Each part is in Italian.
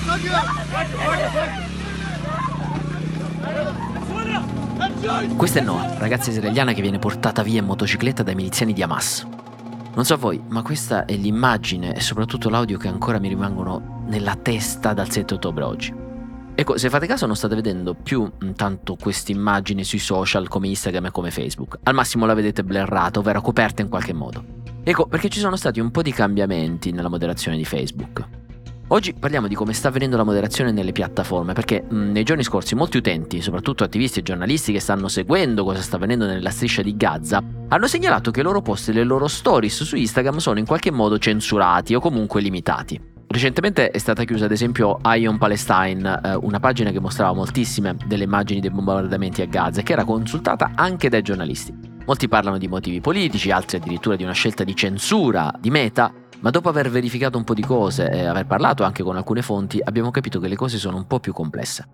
Questa è Noa, ragazza israeliana che viene portata via in motocicletta dai miliziani di Hamas. Non so voi, ma questa è l'immagine e soprattutto l'audio che ancora mi rimangono nella testa dal 7 ottobre oggi. Ecco, se fate caso non state vedendo più tanto questa immagine sui social come Instagram e come Facebook. Al massimo la vedete blurrata, ovvero coperta in qualche modo. Ecco, perché ci sono stati un po' di cambiamenti nella moderazione di Facebook. Oggi parliamo di come sta avvenendo la moderazione nelle piattaforme, perché nei giorni scorsi molti utenti, soprattutto attivisti e giornalisti che stanno seguendo cosa sta avvenendo nella striscia di Gaza, hanno segnalato che i loro post e le loro stories su Instagram sono in qualche modo censurati o comunque limitati. Recentemente è stata chiusa ad esempio Eye on Palestine, una pagina che mostrava moltissime delle immagini dei bombardamenti a Gaza e che era consultata anche dai giornalisti. Molti parlano di motivi politici, altri addirittura di una scelta di censura di Meta, ma dopo aver verificato un po' di cose e aver parlato anche con alcune fonti abbiamo capito che le cose sono un po' più complesse.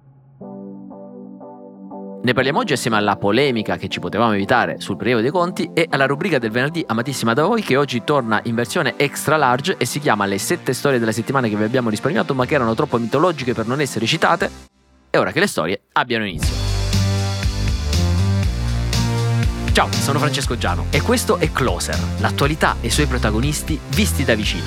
Ne parliamo oggi assieme alla polemica che ci potevamo evitare sul prelievo dei conti e alla rubrica del venerdì amatissima da voi che oggi torna in versione extra large e si chiama Le 7 storie della settimana che vi abbiamo risparmiato ma che erano troppo mitologiche per non essere citate. È ora che le storie abbiano inizio. Ciao, sono Francesco Giano e questo è Closer, l'attualità e i suoi protagonisti visti da vicino.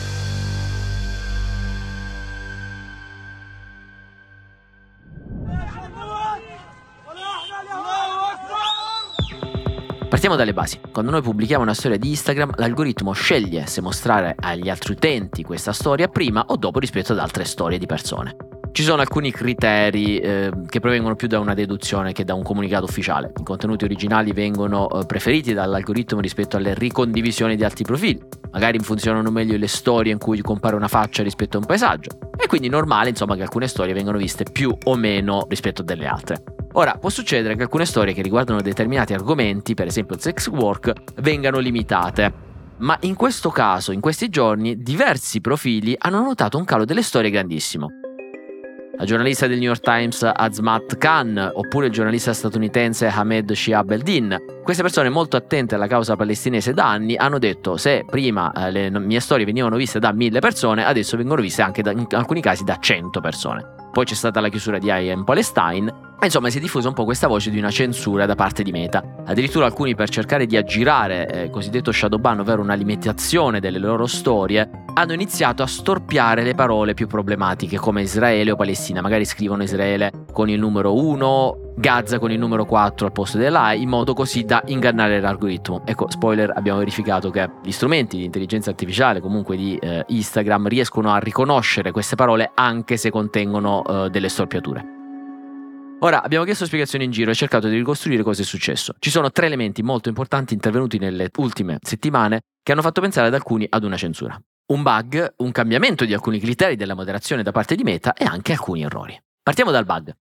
Partiamo dalle basi. Quando noi pubblichiamo una storia di Instagram, l'algoritmo sceglie se mostrare agli altri utenti questa storia prima o dopo rispetto ad altre storie di persone. Ci sono alcuni criteri che provengono più da una deduzione che da un comunicato ufficiale. I contenuti originali vengono preferiti dall'algoritmo rispetto alle ricondivisioni di altri profili. Magari funzionano meglio le storie in cui compare una faccia rispetto a un paesaggio. E quindi è normale, insomma, che alcune storie vengano viste più o meno rispetto delle altre. Ora, può succedere che alcune storie che riguardano determinati argomenti, per esempio il sex work, vengano limitate. Ma in questo caso, in questi giorni, diversi profili hanno notato un calo delle storie grandissimo. La giornalista del New York Times Azmat Khan oppure il giornalista statunitense Hamed Shihab Eldin. Queste persone molto attente alla causa palestinese da anni hanno detto se prima le mie storie venivano viste da 1000 persone, adesso vengono viste anche in alcuni casi da 100 persone. Poi c'è stata la chiusura di Eye on Palestine, ma insomma si è diffusa un po' questa voce di una censura da parte di Meta. Addirittura alcuni, per cercare di aggirare il cosiddetto shadow ban, ovvero una limitazione delle loro storie, hanno iniziato a storpiare le parole più problematiche come Israele o Palestina. Magari scrivono Israele con il numero 1, Gaza con il numero 4 al posto dell'A, in modo così da ingannare l'algoritmo. Ecco, spoiler, abbiamo verificato che gli strumenti di intelligenza artificiale, comunque di Instagram, riescono a riconoscere queste parole anche se contengono delle storpiature. Ora, abbiamo chiesto spiegazioni in giro e cercato di ricostruire cosa è successo. Ci sono 3 elementi molto importanti intervenuti nelle ultime settimane che hanno fatto pensare ad alcuni ad una censura. Un bug, un cambiamento di alcuni criteri della moderazione da parte di Meta e anche alcuni errori. Partiamo dal bug.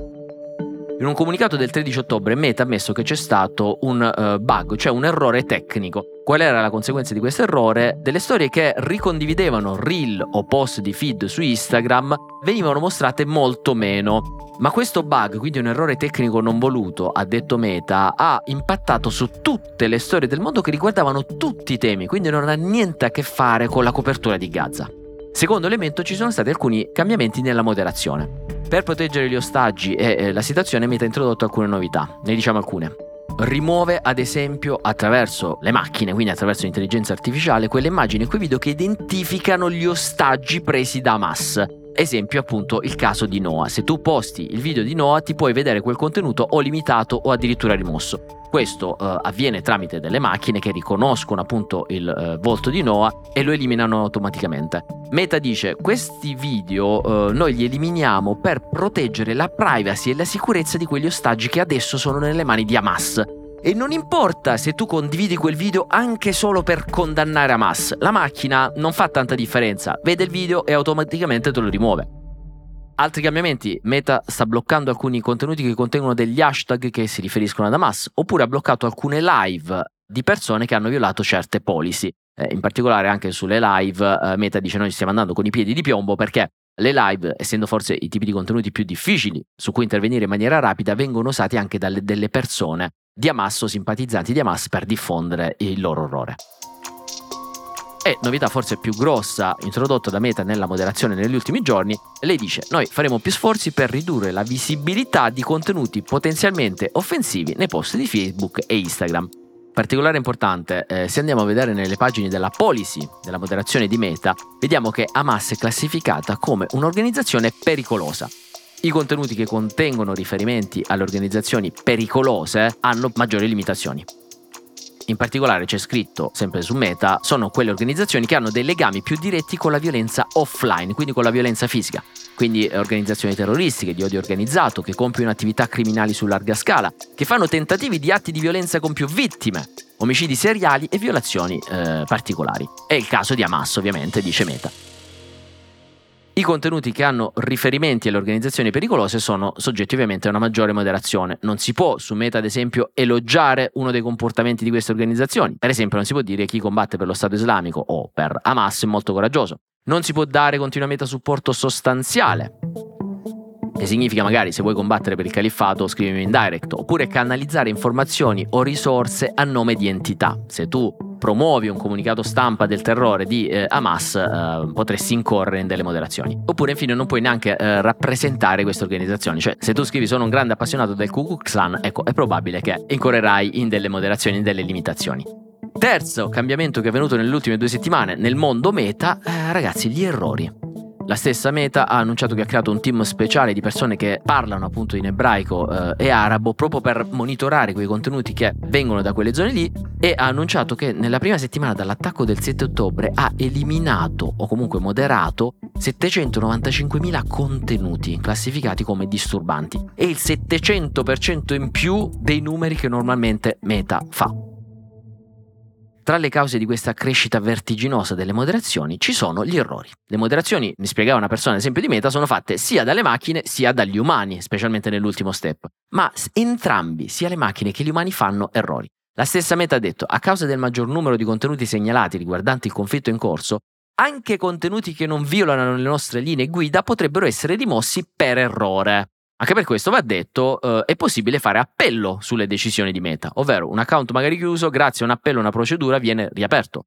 In un comunicato del 13 ottobre Meta ha ammesso che c'è stato un bug, cioè un errore tecnico. Qual era la conseguenza di questo errore? Delle storie che ricondividevano reel o post di feed su Instagram venivano mostrate molto meno. Ma questo bug, quindi un errore tecnico non voluto, ha detto Meta, ha impattato su tutte le storie del mondo che riguardavano tutti i temi, quindi non ha niente a che fare con la copertura di Gaza. Secondo elemento, ci sono stati alcuni cambiamenti nella moderazione. Per proteggere gli ostaggi e la situazione, Meta ha introdotto alcune novità. Ne diciamo alcune. Rimuove ad esempio attraverso le macchine, quindi attraverso l'intelligenza artificiale, quelle immagini e quei video che identificano gli ostaggi presi da Hamas. Esempio appunto il caso di Noa. Se tu posti il video di Noa ti puoi vedere quel contenuto o limitato o addirittura rimosso. Questo avviene tramite delle macchine che riconoscono appunto il volto di Noa e lo eliminano automaticamente. Meta dice questi video noi li eliminiamo per proteggere la privacy e la sicurezza di quegli ostaggi che adesso sono nelle mani di Hamas. E non importa se tu condividi quel video anche solo per condannare Hamas, la macchina non fa tanta differenza, vede il video e automaticamente te lo rimuove. Altri cambiamenti: Meta sta bloccando alcuni contenuti che contengono degli hashtag che si riferiscono ad Hamas, oppure ha bloccato alcune live di persone che hanno violato certe policy. In particolare anche sulle live Meta dice noi stiamo andando con i piedi di piombo perché le live, essendo forse i tipi di contenuti più difficili su cui intervenire in maniera rapida, vengono usati anche delle persone di Hamas o simpatizzanti di Hamas per diffondere il loro orrore. E novità forse più grossa introdotta da Meta nella moderazione negli ultimi giorni, lei dice: noi faremo più sforzi per ridurre la visibilità di contenuti potenzialmente offensivi nei post di Facebook e Instagram. Particolare importante, se andiamo a vedere nelle pagine della policy della moderazione di Meta, vediamo che Hamas è classificata come un'organizzazione pericolosa. I contenuti che contengono riferimenti alle organizzazioni pericolose hanno maggiori limitazioni. In particolare c'è scritto, sempre su Meta, sono quelle organizzazioni che hanno dei legami più diretti con la violenza offline, quindi con la violenza fisica. Quindi organizzazioni terroristiche, di odio organizzato, che compiono attività criminali su larga scala, che fanno tentativi di atti di violenza con più vittime, omicidi seriali e violazioni particolari. È il caso di Hamas, ovviamente, dice Meta. I contenuti che hanno riferimenti alle organizzazioni pericolose sono soggetti ovviamente a una maggiore moderazione. Non si può su Meta, ad esempio, elogiare uno dei comportamenti di queste organizzazioni. Per esempio, non si può dire che chi combatte per lo Stato islamico o per Hamas è molto coraggioso. Non si può dare continuamente supporto sostanziale, che significa magari se vuoi combattere per il califfato scrivimi in direct, oppure canalizzare informazioni o risorse a nome di entità. Se tu promuovi un comunicato stampa del terrore di Hamas, potresti incorrere in delle moderazioni. Oppure infine non puoi neanche rappresentare queste organizzazioni, cioè se tu scrivi sono un grande appassionato del Ku Klux Klan, ecco, è probabile che incorrerai in delle moderazioni, in delle limitazioni. Terzo cambiamento che è avvenuto nelle ultime 2 settimane nel mondo Meta, ragazzi, gli errori. La stessa Meta ha annunciato che ha creato un team speciale di persone che parlano appunto in ebraico e arabo proprio per monitorare quei contenuti che vengono da quelle zone lì, e ha annunciato che nella prima settimana dall'attacco del 7 ottobre ha eliminato o comunque moderato 795.000 contenuti classificati come disturbanti. È il 700% in più dei numeri che normalmente Meta fa. Tra le cause di questa crescita vertiginosa delle moderazioni ci sono gli errori. Le moderazioni, mi spiegava una persona ad esempio di Meta, sono fatte sia dalle macchine sia dagli umani, specialmente nell'ultimo step. Ma entrambi, sia le macchine che gli umani, fanno errori. La stessa Meta ha detto: a causa del maggior numero di contenuti segnalati riguardanti il conflitto in corso, anche contenuti che non violano le nostre linee guida potrebbero essere rimossi per errore. Anche per questo va detto, è possibile fare appello sulle decisioni di Meta, ovvero un account magari chiuso, grazie a un appello, una procedura, viene riaperto.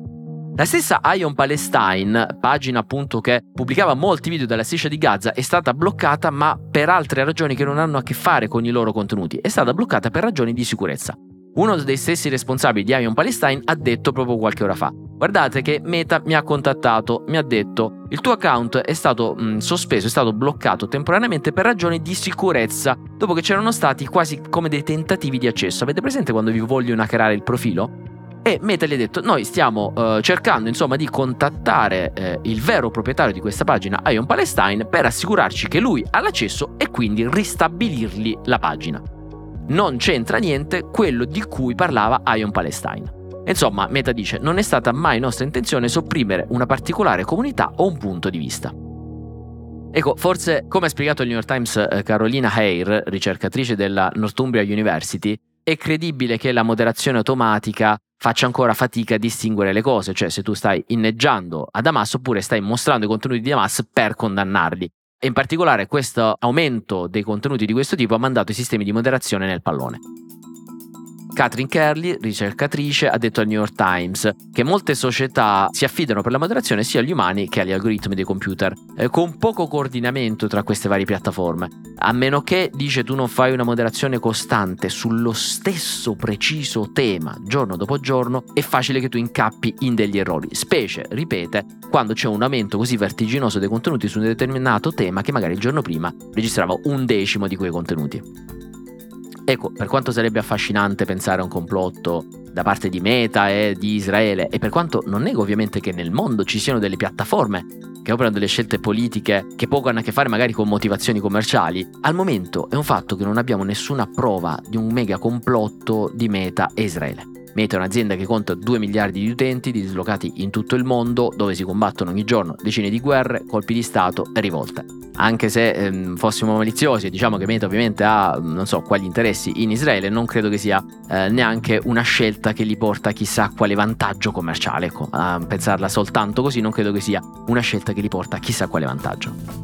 La stessa Eye on Palestine, pagina appunto che pubblicava molti video dalla striscia di Gaza, è stata bloccata, ma per altre ragioni che non hanno a che fare con i loro contenuti. È stata bloccata per ragioni di sicurezza. Uno dei stessi responsabili di Eye on Palestine ha detto proprio qualche ora fa: guardate che Meta mi ha contattato, mi ha detto il tuo account è stato sospeso, è stato bloccato temporaneamente per ragioni di sicurezza, dopo che c'erano stati quasi come dei tentativi di accesso. Avete presente quando vi vogliono hackerare il profilo? E Meta gli ha detto: noi stiamo cercando insomma di contattare il vero proprietario di questa pagina, Eye on Palestine, per assicurarci che lui ha l'accesso e quindi ristabilirgli la pagina. Non c'entra niente quello di cui parlava Eye on Palestine. Insomma, Meta dice: non è stata mai nostra intenzione sopprimere una particolare comunità o un punto di vista. Ecco, forse, come ha spiegato il New York Times Carolina Hayr, ricercatrice della Northumbria University, è credibile che la moderazione automatica faccia ancora fatica a distinguere le cose, cioè se tu stai inneggiando ad Hamas oppure stai mostrando i contenuti di Hamas per condannarli. E in particolare questo aumento dei contenuti di questo tipo ha mandato i sistemi di moderazione nel pallone. Catherine Kerley, ricercatrice, ha detto al New York Times che molte società si affidano per la moderazione sia agli umani che agli algoritmi dei computer, con poco coordinamento tra queste varie piattaforme. A meno che, dice, tu non fai una moderazione costante sullo stesso preciso tema giorno dopo giorno, è facile che tu incappi in degli errori, specie, ripete, quando c'è un aumento così vertiginoso dei contenuti su un determinato tema che magari il giorno prima registrava 1/10 di quei contenuti. Ecco, per quanto sarebbe affascinante pensare a un complotto da parte di Meta e di Israele, e per quanto non nego ovviamente che nel mondo ci siano delle piattaforme che operano delle scelte politiche che poco hanno a che fare magari con motivazioni commerciali, al momento è un fatto che non abbiamo nessuna prova di un mega complotto di Meta e Israele. Meta è un'azienda che conta 2 miliardi di utenti dislocati in tutto il mondo, dove si combattono ogni giorno decine di guerre, colpi di stato e rivolte. Anche se fossimo maliziosi e diciamo che Meta ovviamente ha non so quali interessi in Israele, non credo che sia neanche una scelta che gli porta chissà quale vantaggio commerciale. Ecco, a pensarla soltanto così non credo che sia una scelta che gli porta chissà quale vantaggio.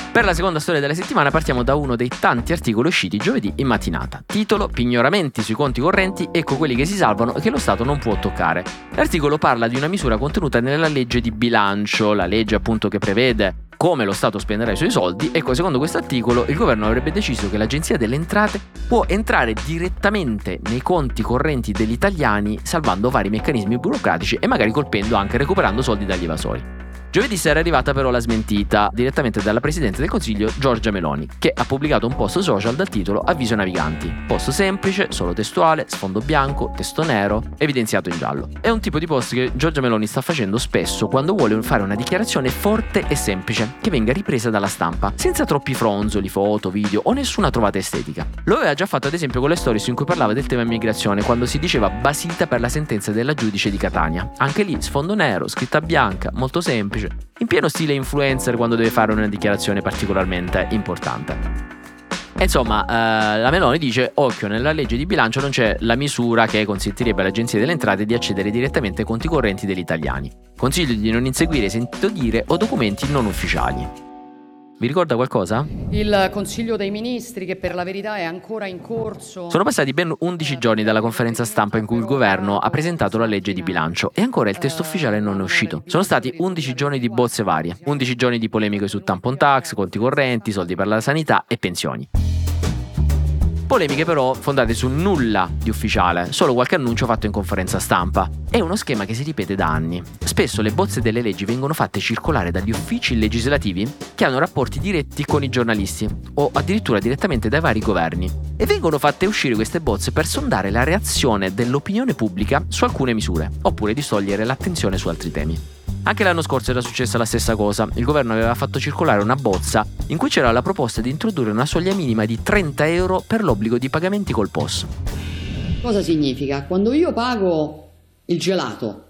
Per la seconda storia della settimana partiamo da uno dei tanti articoli usciti giovedì in mattinata. Titolo: pignoramenti sui conti correnti, ecco quelli che si salvano e che lo Stato non può toccare. L'articolo parla di una misura contenuta nella legge di bilancio, la legge appunto che prevede come lo Stato spenderà i suoi soldi. Ecco, secondo questo articolo il governo avrebbe deciso che l'Agenzia delle Entrate può entrare direttamente nei conti correnti degli italiani, salvando vari meccanismi burocratici e magari colpendo anche recuperando soldi dagli evasori. Giovedì sera è arrivata però la smentita direttamente dalla Presidente del Consiglio Giorgia Meloni, che ha pubblicato un post social dal titolo Avviso ai naviganti. Post semplice, solo testuale, sfondo bianco, testo nero, evidenziato in giallo. È un tipo di post che Giorgia Meloni sta facendo spesso quando vuole fare una dichiarazione forte e semplice, che venga ripresa dalla stampa, senza troppi fronzoli, foto, video o nessuna trovata estetica. Lo aveva già fatto ad esempio con le stories in cui parlava del tema immigrazione, quando si diceva basita per la sentenza della giudice di Catania. Anche lì sfondo nero, scritta bianca, molto semplice, in pieno stile influencer quando deve fare una dichiarazione particolarmente importante. Insomma, la Meloni dice: occhio, nella legge di bilancio non c'è la misura che consentirebbe all'Agenzia delle Entrate di accedere direttamente ai conti correnti degli italiani. Consiglio di non inseguire sentito dire o documenti non ufficiali. Vi ricorda qualcosa? Il Consiglio dei Ministri, che per la verità è ancora in corso. Sono passati ben 11 giorni dalla conferenza stampa in cui il governo ha presentato la legge di bilancio e ancora il testo ufficiale non è uscito. Sono stati 11 giorni di bozze varie, 11 giorni di polemiche su tampon tax, conti correnti, soldi per la sanità e pensioni. Polemiche però fondate su nulla di ufficiale, solo qualche annuncio fatto in conferenza stampa. È uno schema che si ripete da anni. Spesso le bozze delle leggi vengono fatte circolare dagli uffici legislativi che hanno rapporti diretti con i giornalisti o addirittura direttamente dai vari governi, e vengono fatte uscire queste bozze per sondare la reazione dell'opinione pubblica su alcune misure, oppure distogliere l'attenzione su altri temi. Anche l'anno scorso era successa la stessa cosa. Il governo aveva fatto circolare una bozza in cui c'era la proposta di introdurre una soglia minima di 30 euro per l'obbligo di pagamenti col POS. Cosa significa? Quando io pago il gelato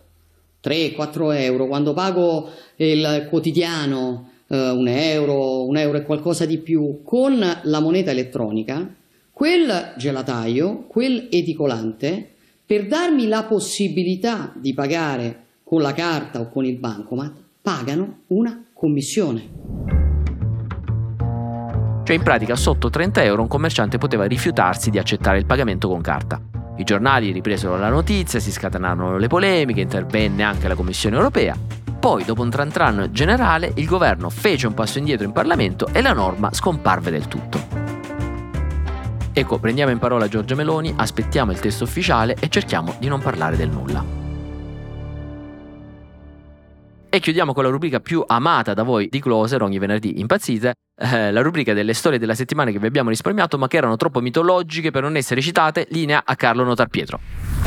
3-4 euro, quando pago il quotidiano 1 euro e qualcosa di più con la moneta elettronica, quel gelataio, quel edicolante, per darmi la possibilità di pagare con la carta o con il bancomat, pagano una commissione. Cioè in pratica sotto 30 euro un commerciante poteva rifiutarsi di accettare il pagamento con carta. I giornali ripresero la notizia, si scatenarono le polemiche, intervenne anche la Commissione europea. Poi, dopo un tran tran generale, il governo fece un passo indietro in Parlamento e la norma scomparve del tutto. Ecco, prendiamo in parola Giorgia Meloni, aspettiamo il testo ufficiale e cerchiamo di non parlare del nulla. E chiudiamo con la rubrica più amata da voi di Closer ogni venerdì impazzite, la rubrica delle storie della settimana che vi abbiamo risparmiato ma che erano troppo mitologiche per non essere citate. Linea a Carlo Notarpietro.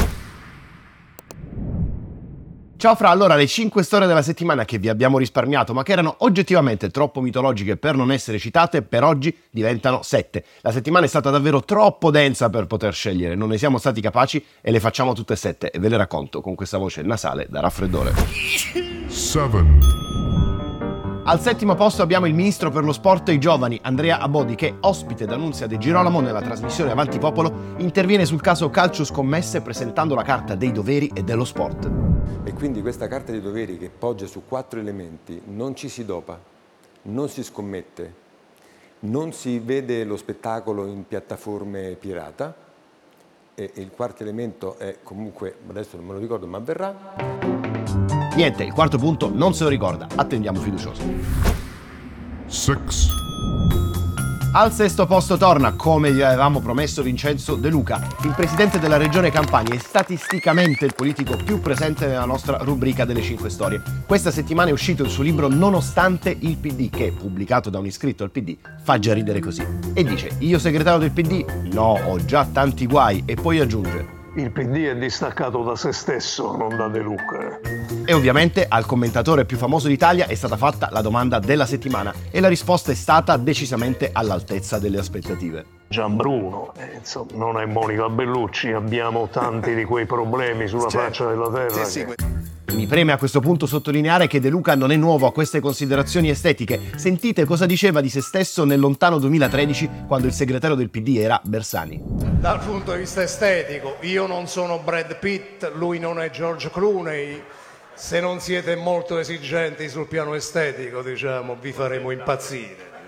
Ciao Fra, allora le 5 storie della settimana che vi abbiamo risparmiato ma che erano oggettivamente troppo mitologiche per non essere citate, per oggi diventano 7. La settimana è stata davvero troppo densa per poter scegliere, non ne siamo stati capaci e le facciamo tutte e 7 e ve le racconto con questa voce nasale da raffreddore. 7. Al 7° posto abbiamo il ministro per lo sport e i giovani, Andrea Abodi, che, ospite da Nunzia De Girolamo nella trasmissione Avanti Popolo, interviene sul caso calcio scommesse presentando la carta dei doveri e dello sport. E quindi questa carta dei doveri, che poggia su 4 elementi: non ci si dopa, non si scommette, non si vede lo spettacolo in piattaforme pirata, e il quarto elemento è comunque, adesso non me lo ricordo ma avverrà. Niente, il quarto punto non se lo ricorda, attendiamo fiducioso. 6. Al 6° posto torna, come gli avevamo promesso, Vincenzo De Luca, il presidente della regione Campania e statisticamente il politico più presente nella nostra rubrica delle 5 storie. Questa settimana è uscito il suo libro Nonostante il PD, che, pubblicato da un iscritto al PD, fa già ridere così. E dice: io segretario del PD? No, ho già tanti guai. E poi aggiunge: il PD è distaccato da se stesso, non da De Luca. E ovviamente al commentatore più famoso d'Italia è stata fatta la domanda della settimana e la risposta è stata decisamente all'altezza delle aspettative. Gianbruno, insomma, non è Monica Bellucci, abbiamo tanti di quei problemi sulla faccia della terra. Mi preme a questo punto sottolineare che De Luca non è nuovo a queste considerazioni estetiche. Sentite cosa diceva di se stesso nel lontano 2013, quando il segretario del PD era Bersani. Dal punto di vista estetico, io non sono Brad Pitt, lui non è George Clooney. Se non siete molto esigenti sul piano estetico, diciamo, vi faremo impazzire.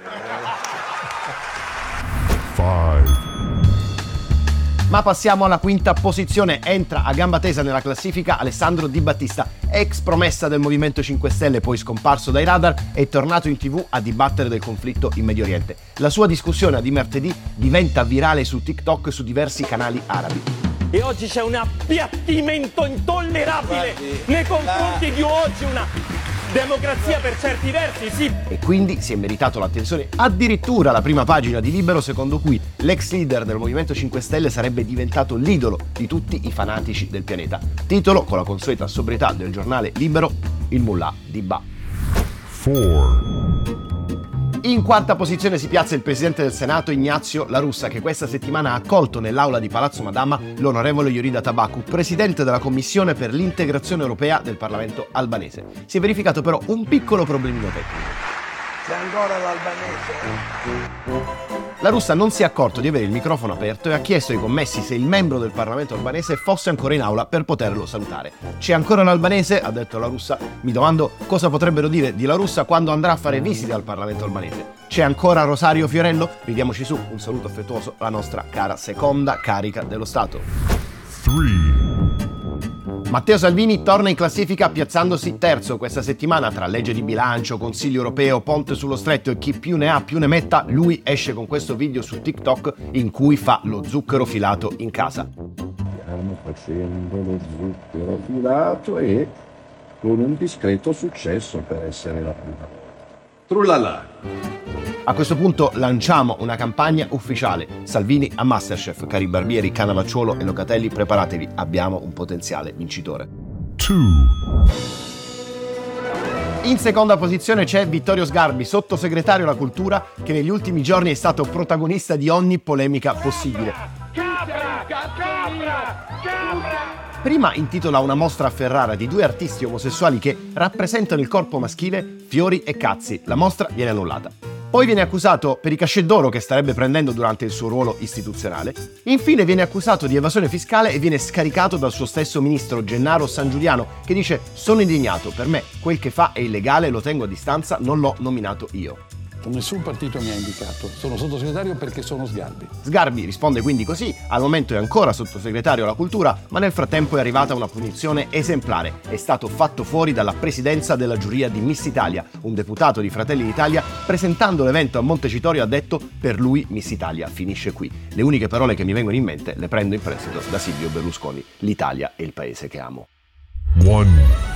5. Ma passiamo alla quinta posizione. Entra a gamba tesa nella classifica Alessandro Di Battista, ex promessa del Movimento 5 Stelle, poi scomparso dai radar, è tornato in TV a dibattere del conflitto in Medio Oriente. La sua discussione di martedì diventa virale su TikTok e su diversi canali arabi. E oggi c'è un appiattimento intollerabile nei confronti di oggi, una democrazia per certi versi, sì. E quindi si è meritato l'attenzione addirittura la prima pagina di Libero, secondo cui l'ex leader del Movimento 5 Stelle sarebbe diventato l'idolo di tutti i fanatici del pianeta. Titolo, con la consueta sobrietà del giornale Libero, il mullah di Ba. 4. In quarta posizione si piazza il presidente del Senato Ignazio La Russa, che questa settimana ha accolto nell'aula di Palazzo Madama l'onorevole Yorida Tabacu, presidente della Commissione per l'integrazione europea del Parlamento albanese. Si è verificato però un piccolo problemino tecnico. C'è ancora l'albanese? La Russa non si è accorto di avere il microfono aperto e ha chiesto ai commessi se il membro del Parlamento albanese fosse ancora in aula per poterlo salutare. C'è ancora l'albanese? Ha detto La Russa. Mi domando cosa potrebbero dire di La Russa quando andrà a fare visite al Parlamento albanese. C'è ancora Rosario Fiorello? Ridiamoci su un saluto affettuoso alla nostra cara seconda carica dello Stato. 3. Matteo Salvini torna in classifica piazzandosi terzo questa settimana tra legge di bilancio, Consiglio europeo, Ponte sullo Stretto e chi più ne ha più ne metta. Lui esce con questo video su TikTok in cui fa lo zucchero filato in casa. Stiamo facendo lo zucchero filato e con un discreto successo per essere la prima. Trullala! A questo punto lanciamo una campagna ufficiale. Salvini a Masterchef, cari barbieri, Cannavacciuolo e Locatelli, preparatevi, abbiamo un potenziale vincitore. 2. In seconda posizione c'è Vittorio Sgarbi, sottosegretario alla cultura, che negli ultimi giorni è stato protagonista di ogni polemica possibile. Prima intitola una mostra a Ferrara di 2 artisti omosessuali che rappresentano il corpo maschile, fiori e cazzi. La mostra viene annullata. Poi viene accusato per i cachet d'oro che starebbe prendendo durante il suo ruolo istituzionale. Infine viene accusato di evasione fiscale e viene scaricato dal suo stesso ministro Gennaro Sangiuliano, che dice: sono indignato, per me quel che fa è illegale, lo tengo a distanza, non l'ho nominato io. Nessun partito mi ha indicato, sono sottosegretario perché sono Sgarbi. Sgarbi risponde quindi così: al momento è ancora sottosegretario alla cultura, ma nel frattempo è arrivata una punizione esemplare. È stato fatto fuori dalla presidenza della giuria di Miss Italia. Un deputato di Fratelli d'Italia, presentando l'evento a Montecitorio, ha detto: per lui Miss Italia finisce qui. Le uniche parole che mi vengono in mente le prendo in prestito da Silvio Berlusconi: l'Italia è il paese che amo. 1.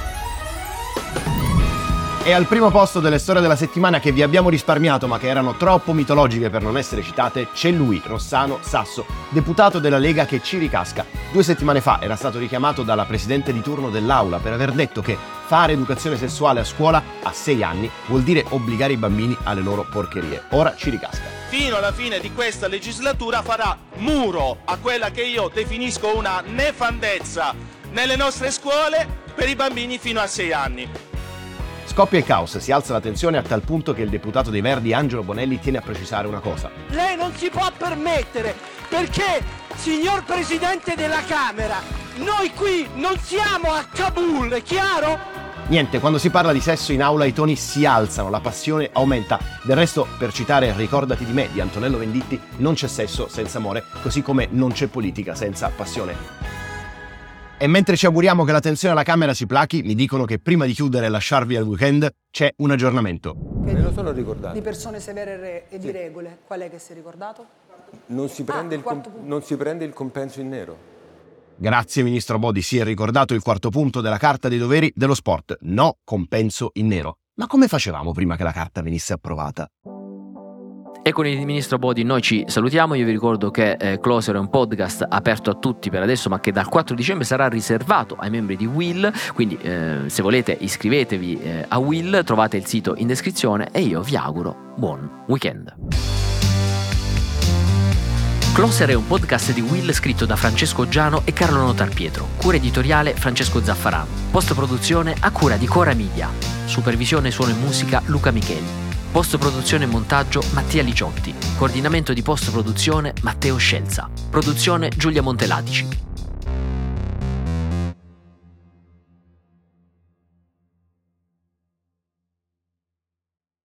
E al primo posto delle storie della settimana che vi abbiamo risparmiato ma che erano troppo mitologiche per non essere citate, c'è lui, Rossano Sasso, deputato della Lega che ci ricasca. 2 settimane fa era stato richiamato dalla presidente di turno dell'Aula per aver detto che fare educazione sessuale a scuola a 6 anni vuol dire obbligare i bambini alle loro porcherie. Ora ci ricasca. Fino alla fine di questa legislatura farà muro a quella che io definisco una nefandezza nelle nostre scuole per i bambini fino a 6 anni. Scoppia il caos, si alza la tensione a tal punto che il deputato dei Verdi Angelo Bonelli tiene a precisare una cosa. Lei non si può permettere, perché, signor Presidente della Camera, noi qui non siamo a Kabul, è chiaro? Niente, quando si parla di sesso in aula i toni si alzano, la passione aumenta. Del resto, per citare Ricordati di me di Antonello Venditti, non c'è sesso senza amore, così come non c'è politica senza passione. E mentre ci auguriamo che la tensione alla Camera si plachi, mi dicono che prima di chiudere e lasciarvi al weekend c'è un aggiornamento. Me lo sono ricordato. Di persone severe e di regole, qual è che si è ricordato? Non si prende il compenso in nero. Grazie Ministro Bodi, si è ricordato il quarto punto della Carta dei Doveri dello Sport. No compenso in nero. Ma come facevamo prima che la carta venisse approvata? E con il ministro Bodi noi ci salutiamo. Io vi ricordo che Closer è un podcast aperto a tutti per adesso, ma che dal 4 dicembre sarà riservato ai membri di Will, quindi se volete iscrivetevi a Will, trovate il sito in descrizione e io vi auguro buon weekend. Closer è un podcast di Will scritto da Francesco Giano e Carlo Notarpietro, cura editoriale Francesco Zaffarano, post produzione a cura di Cora Media, supervisione suono e musica Luca Micheli. Post produzione e montaggio Mattia Liciotti. Coordinamento di post produzione Matteo Scelza. Produzione Giulia Montelatici.